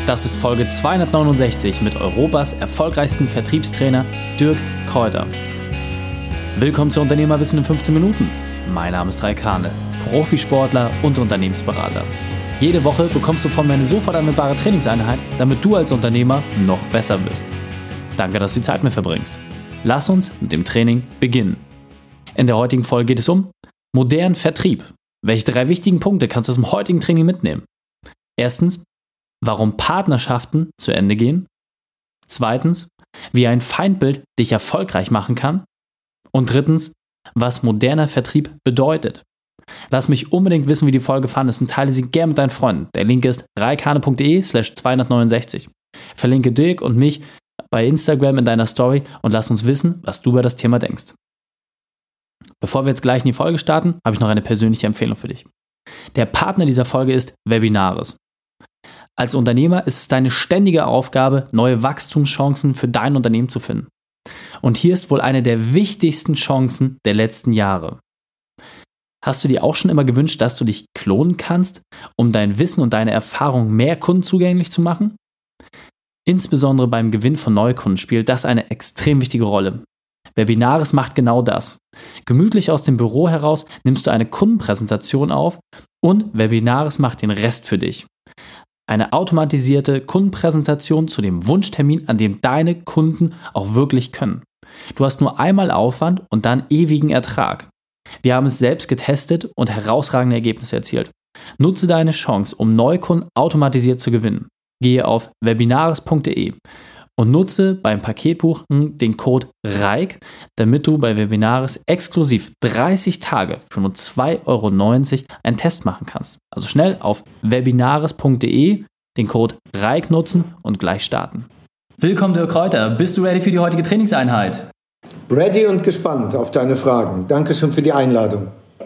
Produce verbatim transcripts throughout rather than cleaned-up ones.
Das ist Folge zweihundertneunundsechzig mit Europas erfolgreichsten Vertriebstrainer Dirk Kräuter. Willkommen zu Unternehmerwissen in fünfzehn Minuten. Mein Name ist Raik Hane, Profisportler und Unternehmensberater. Jede Woche bekommst du von mir eine sofort anwendbare Trainingseinheit, damit du als Unternehmer noch besser wirst. Danke, dass du die Zeit mit mir verbringst. Lass uns mit dem Training beginnen. In der heutigen Folge geht es um modernen Vertrieb. Welche drei wichtigen Punkte kannst du aus dem heutigen Training mitnehmen? Erstens, warum Partnerschaften zu Ende gehen. Zweitens, wie ein Feindbild dich erfolgreich machen kann. Und drittens, was moderner Vertrieb bedeutet. Lass mich unbedingt wissen, wie die Folge fandest und teile sie gerne mit deinen Freunden. Der Link ist raikane.de slash zweihundertneunundsechzig. Verlinke Dirk und mich bei Instagram in deiner Story und lass uns wissen, was du über das Thema denkst. Bevor wir jetzt gleich in die Folge starten, habe ich noch eine persönliche Empfehlung für dich. Der Partner dieser Folge ist Webinaris. Als Unternehmer ist es deine ständige Aufgabe, neue Wachstumschancen für dein Unternehmen zu finden. Und hier ist wohl eine der wichtigsten Chancen der letzten Jahre. Hast du dir auch schon immer gewünscht, dass du dich klonen kannst, um dein Wissen und deine Erfahrung mehr Kunden zugänglich zu machen? Insbesondere beim Gewinn von Neukunden spielt das eine extrem wichtige Rolle. Webinaris macht genau das. Gemütlich aus dem Büro heraus nimmst du eine Kundenpräsentation auf und Webinaris macht den Rest für dich. Eine automatisierte Kundenpräsentation zu dem Wunschtermin, an dem deine Kunden auch wirklich können. Du hast nur einmal Aufwand und dann ewigen Ertrag. Wir haben es selbst getestet und herausragende Ergebnisse erzielt. Nutze deine Chance, um Neukunden automatisiert zu gewinnen. Gehe auf webinaris punkt de und nutze beim Paketbuchen den Code RAIK, damit du bei Webinaris exklusiv dreißig Tage für nur zwei Euro neunzig einen Test machen kannst. Also schnell auf webinaris punkt de den Code RAIK nutzen und gleich starten. Willkommen, Dirk Kräuter. Bist du ready für die heutige Trainingseinheit? Ready und gespannt auf deine Fragen. Danke schon für die Einladung.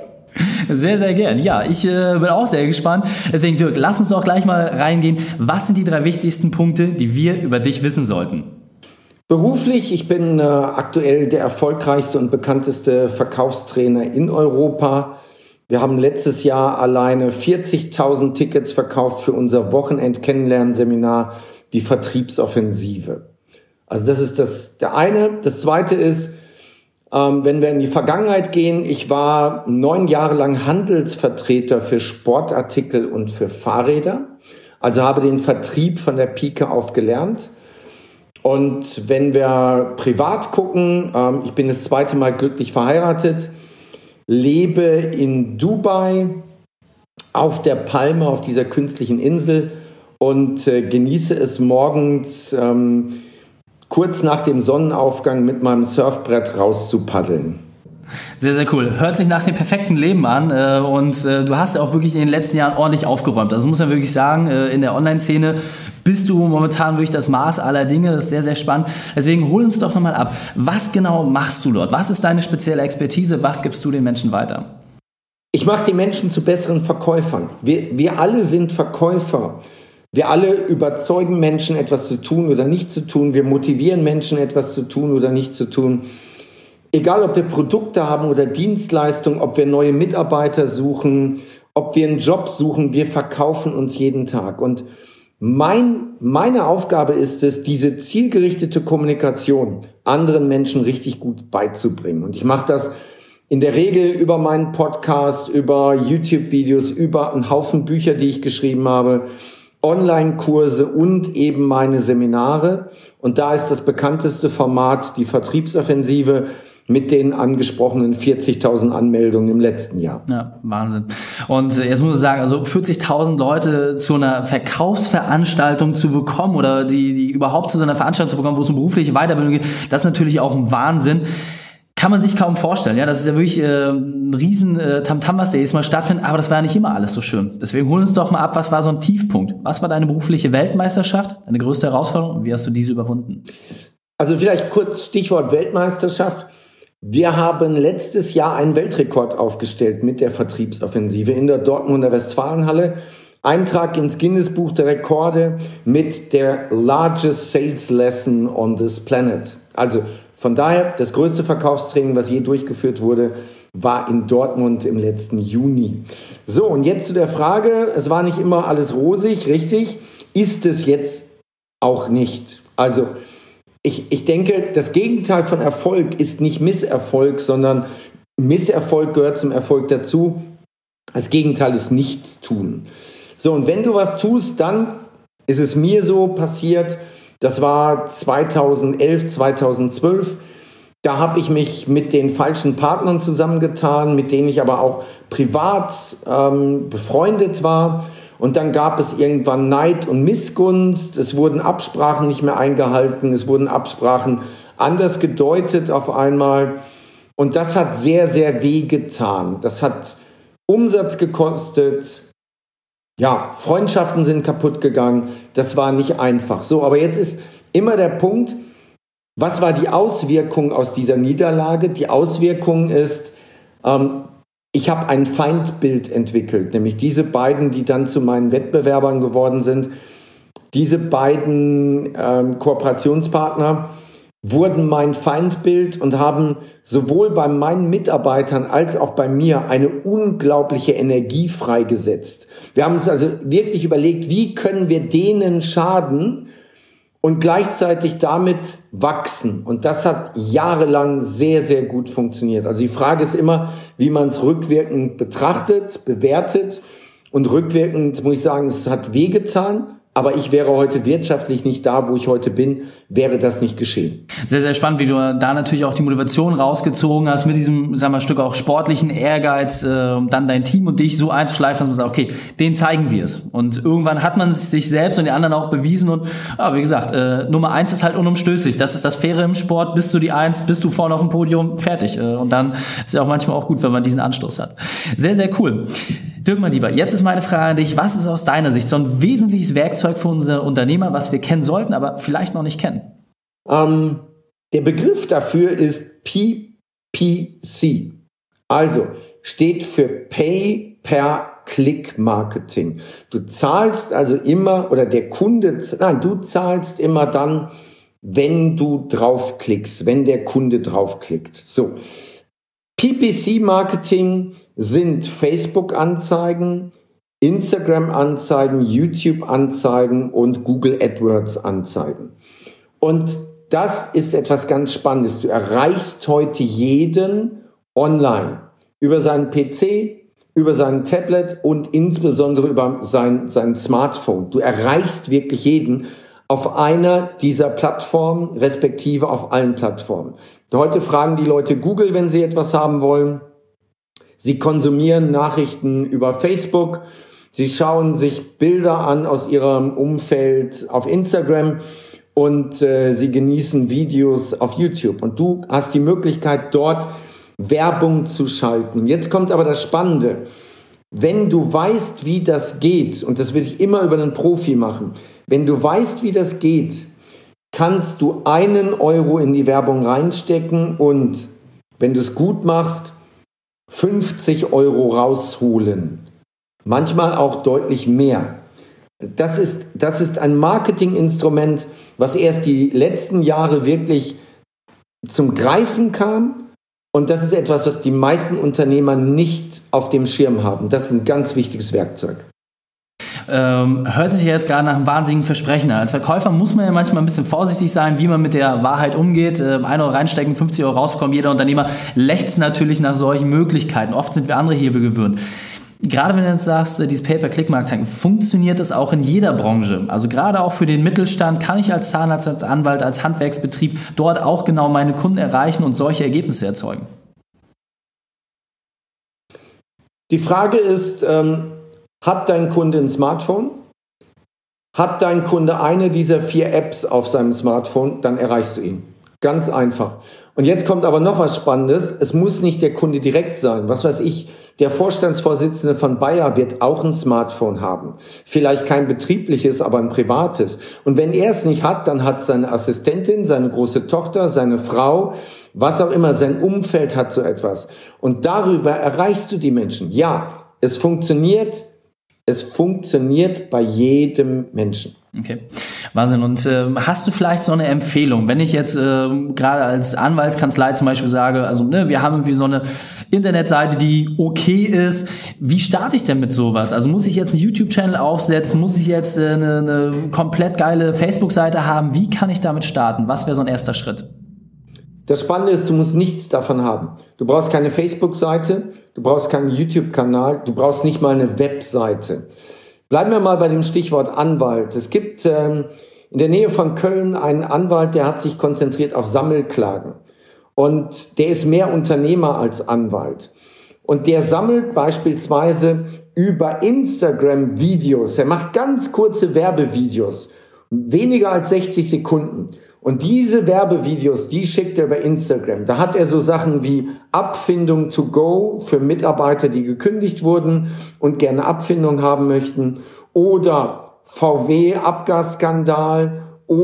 Sehr, sehr gern. Ja, ich äh, bin auch sehr gespannt. Deswegen, Dirk, lass uns doch gleich mal reingehen. Was sind die drei wichtigsten Punkte, die wir über dich wissen sollten? Beruflich, ich bin äh, aktuell der erfolgreichste und bekannteste Verkaufstrainer in Europa. Wir haben letztes Jahr alleine vierzigtausend Tickets verkauft für unser Wochenend-Kennenlernseminar, die Vertriebsoffensive. Also das ist das der eine. Das zweite ist, Ähm, wenn wir in die Vergangenheit gehen, ich war neun Jahre lang Handelsvertreter für Sportartikel und für Fahrräder. Also habe den Vertrieb von der Pike auf gelernt. Und wenn wir privat gucken, ähm, ich bin das zweite Mal glücklich verheiratet, lebe in Dubai auf der Palme, auf dieser künstlichen Insel und äh, genieße es morgens, ähm, kurz nach dem Sonnenaufgang mit meinem Surfbrett rauszupaddeln. Sehr, sehr cool. Hört sich nach dem perfekten Leben an äh, und äh, du hast ja auch wirklich in den letzten Jahren ordentlich aufgeräumt. Also muss man wirklich sagen, äh, in der Online-Szene bist du momentan wirklich das Maß aller Dinge. Das ist sehr, sehr spannend. Deswegen hol uns doch nochmal ab. Was genau machst du dort? Was ist deine spezielle Expertise? Was gibst du den Menschen weiter? Ich mache die Menschen zu besseren Verkäufern. Wir, wir alle sind Verkäufer. Wir alle überzeugen Menschen, etwas zu tun oder nicht zu tun. Wir motivieren Menschen, etwas zu tun oder nicht zu tun. Egal, ob wir Produkte haben oder Dienstleistungen, ob wir neue Mitarbeiter suchen, ob wir einen Job suchen, wir verkaufen uns jeden Tag. Und mein, meine Aufgabe ist es, diese zielgerichtete Kommunikation anderen Menschen richtig gut beizubringen. Und ich mache das in der Regel über meinen Podcast, über YouTube-Videos, über einen Haufen Bücher, die ich geschrieben habe, Online-Kurse und eben meine Seminare. Und da ist das bekannteste Format die Vertriebsoffensive mit den angesprochenen vierzigtausend Anmeldungen im letzten Jahr. Ja, Wahnsinn. Und jetzt muss ich sagen, also vierzigtausend Leute zu einer Verkaufsveranstaltung zu bekommen oder die, die überhaupt zu so einer Veranstaltung zu bekommen, wo es um berufliche Weiterbildung geht, das ist natürlich auch ein Wahnsinn. Kann man sich kaum vorstellen. Ja, das ist ja wirklich äh, ein riesen äh, Tamtam, was jedes Mal stattfindet, aber das war ja nicht immer alles so schön. Deswegen hol uns doch mal ab, was war so ein Tiefpunkt? Was war deine berufliche Weltmeisterschaft, deine größte Herausforderung und wie hast du diese überwunden? Also vielleicht kurz Stichwort Weltmeisterschaft. Wir haben letztes Jahr einen Weltrekord aufgestellt mit der Vertriebsoffensive in der Dortmunder Westfalenhalle. Eintrag ins Guinness-Buch der Rekorde mit der largest sales lesson on this planet. Also von daher das größte Verkaufstraining, was je durchgeführt wurde, war in Dortmund im letzten Juni. So, und jetzt zu der Frage, es war nicht immer alles rosig, richtig? Ist es jetzt auch nicht. Also ich, ich denke, das Gegenteil von Erfolg ist nicht Misserfolg, sondern Misserfolg gehört zum Erfolg dazu. Das Gegenteil ist Nichtstun. So, und wenn du was tust, dann ist es mir so passiert, das war zweitausendelf, zweitausendzwölf, da habe ich mich mit den falschen Partnern zusammengetan, mit denen ich aber auch privat ähm, befreundet war. Und dann gab es irgendwann Neid und Missgunst, es wurden Absprachen nicht mehr eingehalten, es wurden Absprachen anders gedeutet auf einmal. Und das hat sehr, sehr weh getan. Das hat Umsatz gekostet. Ja, Freundschaften sind kaputt gegangen. Das war nicht einfach. So, aber jetzt ist immer der Punkt, was war die Auswirkung aus dieser Niederlage? Die Auswirkung ist, ähm, ich habe ein Feindbild entwickelt, nämlich diese beiden, die dann zu meinen Wettbewerbern geworden sind. Diese beiden ähm, Kooperationspartner wurden mein Feindbild und haben sowohl bei meinen Mitarbeitern als auch bei mir eine unglaubliche Energie freigesetzt. Wir haben uns also wirklich überlegt, wie können wir denen schaden und gleichzeitig damit wachsen. Und das hat jahrelang sehr, sehr gut funktioniert. Also die Frage ist immer, wie man es rückwirkend betrachtet, bewertet. Und rückwirkend muss ich sagen, es hat wehgetan. Aber ich wäre heute wirtschaftlich nicht da, wo ich heute bin, wäre das nicht geschehen. Sehr, sehr spannend, wie du da natürlich auch die Motivation rausgezogen hast, mit diesem, sagen wir, Stück auch sportlichen Ehrgeiz, äh, um dann dein Team und dich so einzuschleifen, dass man sagt, okay, den zeigen wir es. Und irgendwann hat man es sich selbst und die anderen auch bewiesen. Und ja, wie gesagt, äh, Nummer eins ist halt unumstößlich. Das ist das Faire im Sport. Bist du die Eins, bist du vorne auf dem Podium, fertig. Äh, und dann ist ja auch manchmal auch gut, wenn man diesen Anstoß hat. Sehr, sehr cool. Dirk, mein Lieber, jetzt ist meine Frage an dich. Was ist aus deiner Sicht so ein wesentliches Werkzeug für unsere Unternehmer, was wir kennen sollten, aber vielleicht noch nicht kennen? Ähm, der Begriff dafür ist P P C. Also steht für Pay per Click Marketing. Du zahlst also immer, oder der Kunde, nein, du zahlst immer dann, wenn du draufklickst, wenn der Kunde draufklickt. So. P P C Marketing sind Facebook-Anzeigen, Instagram-Anzeigen, YouTube-Anzeigen und Google AdWords-Anzeigen. Und das ist etwas ganz Spannendes. Du erreichst heute jeden online über seinen P C, über sein Tablet und insbesondere über sein, sein Smartphone. Du erreichst wirklich jeden auf einer dieser Plattformen, respektive auf allen Plattformen. Heute fragen die Leute Google, wenn sie etwas haben wollen. Sie konsumieren Nachrichten über Facebook. Sie schauen sich Bilder an aus ihrem Umfeld auf Instagram und äh, sie genießen Videos auf YouTube. Und du hast die Möglichkeit, dort Werbung zu schalten. Jetzt kommt aber das Spannende. Wenn du weißt, wie das geht, und das würde ich immer über einen Profi machen, wenn du weißt, wie das geht, kannst du einen Euro in die Werbung reinstecken und, wenn du es gut machst, fünfzig Euro rausholen. Manchmal auch deutlich mehr. Das ist, das ist ein Marketinginstrument, was erst die letzten Jahre wirklich zum Greifen kam. Und das ist etwas, was die meisten Unternehmer nicht auf dem Schirm haben. Das ist ein ganz wichtiges Werkzeug. Ähm, hört sich ja jetzt gerade nach einem wahnsinnigen Versprechen an. Als Verkäufer muss man ja manchmal ein bisschen vorsichtig sein, wie man mit der Wahrheit umgeht. Ähm, ein Euro reinstecken, fünfzig Euro rausbekommen. Jeder Unternehmer lechzt natürlich nach solchen Möglichkeiten. Oft sind wir andere Hebel gewöhnt. Gerade wenn du jetzt sagst, dieses Pay-per-Click-Marketing, funktioniert das auch in jeder Branche? Also gerade auch für den Mittelstand kann ich als Zahnarzt, als Anwalt, als Handwerksbetrieb dort auch genau meine Kunden erreichen und solche Ergebnisse erzeugen? Die Frage ist, ähm hat dein Kunde ein Smartphone? Hat dein Kunde eine dieser vier Apps auf seinem Smartphone? Dann erreichst du ihn. Ganz einfach. Und jetzt kommt aber noch was Spannendes. Es muss nicht der Kunde direkt sein. Was weiß ich, der Vorstandsvorsitzende von Bayer wird auch ein Smartphone haben. Vielleicht kein betriebliches, aber ein privates. Und wenn er es nicht hat, dann hat seine Assistentin, seine große Tochter, seine Frau, was auch immer, sein Umfeld hat so etwas. Und darüber erreichst du die Menschen. Ja, es funktioniert. Es funktioniert bei jedem Menschen. Okay, Wahnsinn. Und äh, hast du vielleicht so eine Empfehlung, wenn ich jetzt äh, gerade als Anwaltskanzlei zum Beispiel sage, also ne, wir haben irgendwie so eine Internetseite, die okay ist. Wie starte ich denn mit sowas? Also muss ich jetzt einen YouTube-Channel aufsetzen? Muss ich jetzt eine, eine komplett geile Facebook-Seite haben? Wie kann ich damit starten? Was wäre so ein erster Schritt? Das Spannende ist, du musst nichts davon haben. Du brauchst keine Facebook-Seite, du brauchst keinen YouTube-Kanal, du brauchst nicht mal eine Webseite. Bleiben wir mal bei dem Stichwort Anwalt. Es gibt ähm, in der Nähe von Köln einen Anwalt, der hat sich konzentriert auf Sammelklagen. Und der ist mehr Unternehmer als Anwalt. Und der sammelt beispielsweise über Instagram Videos. Er macht ganz kurze Werbevideos, weniger als sechzig Sekunden. Und diese Werbevideos, die schickt er über Instagram. Da hat er so Sachen wie Abfindung to go für Mitarbeiter, die gekündigt wurden und gerne Abfindung haben möchten. Oder V W-Abgasskandal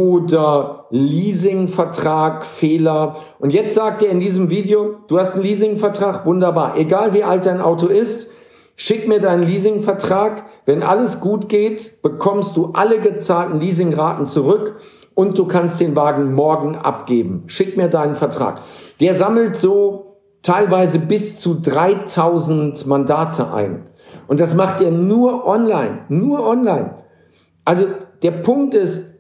oder Leasingvertrag, Fehler. Und jetzt sagt er in diesem Video, du hast einen Leasingvertrag, wunderbar. Egal wie alt dein Auto ist, schick mir deinen Leasingvertrag. Wenn alles gut geht, bekommst du alle gezahlten Leasingraten zurück. Und du kannst den Wagen morgen abgeben. Schick mir deinen Vertrag. Der sammelt so teilweise bis zu dreitausend Mandate ein. Und das macht er nur online. Nur online. Also der Punkt ist,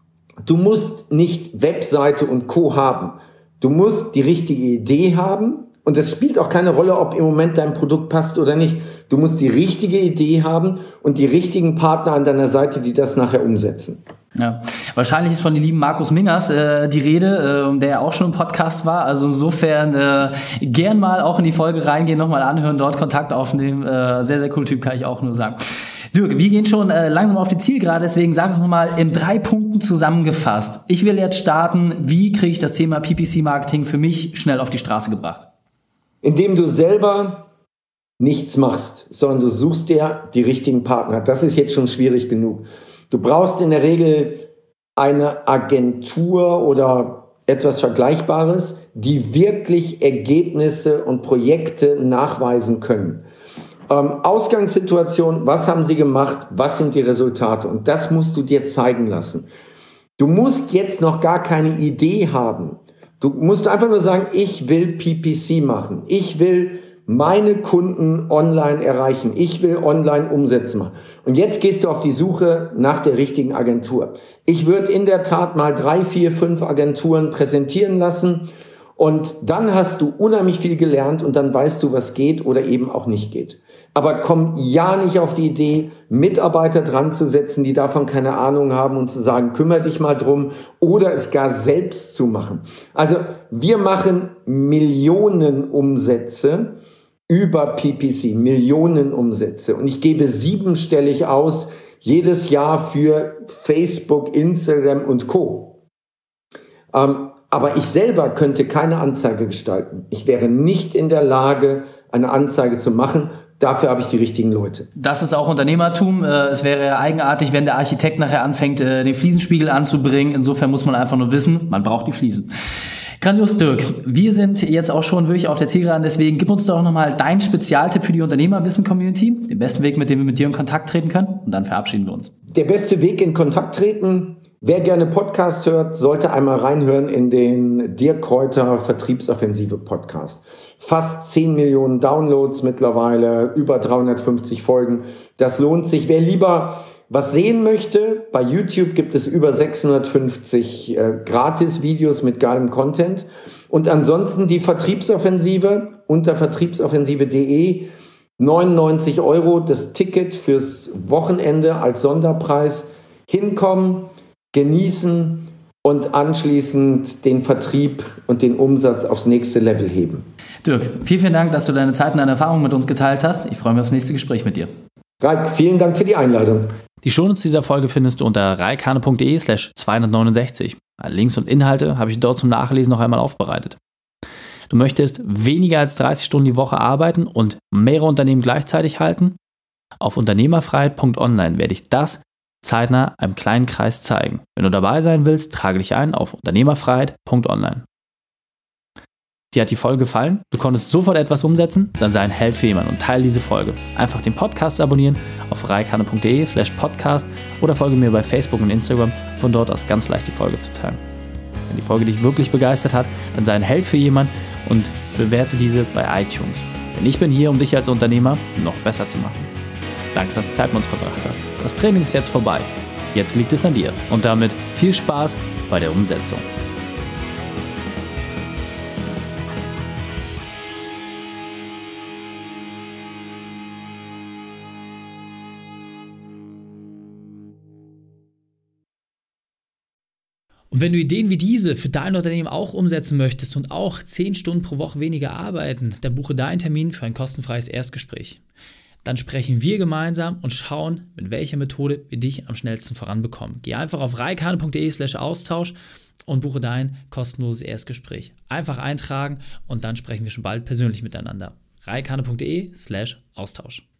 du musst nicht Webseite und Co. haben. Du musst die richtige Idee haben. Und es spielt auch keine Rolle, ob im Moment dein Produkt passt oder nicht. Du musst die richtige Idee haben und die richtigen Partner an deiner Seite, die das nachher umsetzen. Ja, wahrscheinlich ist von dem lieben Markus Mingers äh, die Rede, äh, der ja auch schon im Podcast war. Also insofern äh, gern mal auch in die Folge reingehen, nochmal anhören, dort Kontakt aufnehmen. Äh, sehr, sehr cool Typ, kann ich auch nur sagen. Dirk, wir gehen schon äh, langsam auf die Zielgerade, deswegen sag doch nochmal in drei Punkten zusammengefasst. Ich will jetzt starten, wie kriege ich das Thema P P C-Marketing für mich schnell auf die Straße gebracht? Indem du selber nichts machst, sondern du suchst dir die richtigen Partner. Das ist jetzt schon schwierig genug. Du brauchst in der Regel eine Agentur oder etwas Vergleichbares, die wirklich Ergebnisse und Projekte nachweisen können. Ähm, Ausgangssituation, was haben sie gemacht, was sind die Resultate? Und das musst du dir zeigen lassen. Du musst jetzt noch gar keine Idee haben. Du musst einfach nur sagen, ich will P P C machen. Ich will meine Kunden online erreichen. Ich will online Umsätze machen. Und jetzt gehst du auf die Suche nach der richtigen Agentur. Ich würde in der Tat mal drei, vier, fünf Agenturen präsentieren lassen. Und dann hast du unheimlich viel gelernt und dann weißt du, was geht oder eben auch nicht geht. Aber komm ja nicht auf die Idee, Mitarbeiter dran zu setzen, die davon keine Ahnung haben und zu sagen, kümmere dich mal drum oder es gar selbst zu machen. Also wir machen Millionen Umsätze über P P C, Millionen Umsätze. Und ich gebe siebenstellig aus jedes Jahr für Facebook, Instagram und Co. Ähm, aber ich selber könnte keine Anzeige gestalten. Ich wäre nicht in der Lage, eine Anzeige zu machen. Dafür habe ich die richtigen Leute. Das ist auch Unternehmertum. Es wäre eigenartig, wenn der Architekt nachher anfängt, den Fliesenspiegel anzubringen. Insofern muss man einfach nur wissen, man braucht die Fliesen. Grandios, Dirk. Wir sind jetzt auch schon wirklich auf der Zielgeraden, deswegen gib uns doch nochmal deinen Spezialtipp für die Unternehmerwissen-Community, den besten Weg, mit dem wir mit dir in Kontakt treten können, und dann verabschieden wir uns. Der beste Weg in Kontakt treten, wer gerne Podcast hört, sollte einmal reinhören in den Dirk Kräuter Vertriebsoffensive Podcast. Fast zehn Millionen Downloads mittlerweile, über dreihundertfünfzig Folgen. Das lohnt sich. Wer lieber was sehen möchte, bei YouTube gibt es über sechshundertfünfzig äh, Gratis-Videos mit geilem Content. Und ansonsten die Vertriebsoffensive unter vertriebsoffensive punkt de. neunundneunzig Euro das Ticket fürs Wochenende als Sonderpreis. Hinkommen, genießen und anschließend den Vertrieb und den Umsatz aufs nächste Level heben. Dirk, vielen, vielen Dank, dass du deine Zeit und deine Erfahrungen mit uns geteilt hast. Ich freue mich aufs nächste Gespräch mit dir. Raik, vielen Dank für die Einladung. Die Shownotes dieser Folge findest du unter reikane punkt de slash zweihundertneunundsechzig. Links und Inhalte habe ich dort zum Nachlesen noch einmal aufbereitet. Du möchtest weniger als dreißig Stunden die Woche arbeiten und mehrere Unternehmen gleichzeitig halten? Auf unternehmerfreiheit punkt online werde ich das zeitnah einem kleinen Kreis zeigen. Wenn du dabei sein willst, trage dich ein auf unternehmerfreiheit punkt online. Dir hat die Folge gefallen? Du konntest sofort etwas umsetzen? Dann sei ein Held für jemanden und teile diese Folge. Einfach den Podcast abonnieren auf reikane punkt de slash podcast oder folge mir bei Facebook und Instagram, von dort aus ganz leicht die Folge zu teilen. Wenn die Folge dich wirklich begeistert hat, dann sei ein Held für jemanden und bewerte diese bei iTunes. Denn ich bin hier, um dich als Unternehmer noch besser zu machen. Danke, dass du Zeit mit uns verbracht hast. Das Training ist jetzt vorbei. Jetzt liegt es an dir. Und damit viel Spaß bei der Umsetzung. Und wenn du Ideen wie diese für dein Unternehmen auch umsetzen möchtest und auch zehn Stunden pro Woche weniger arbeiten, dann buche deinen Termin für ein kostenfreies Erstgespräch. Dann sprechen wir gemeinsam und schauen, mit welcher Methode wir dich am schnellsten voranbekommen. Geh einfach auf reikane.de slash Austausch und buche dein kostenloses Erstgespräch. Einfach eintragen und dann sprechen wir schon bald persönlich miteinander. reikane.de slash Austausch.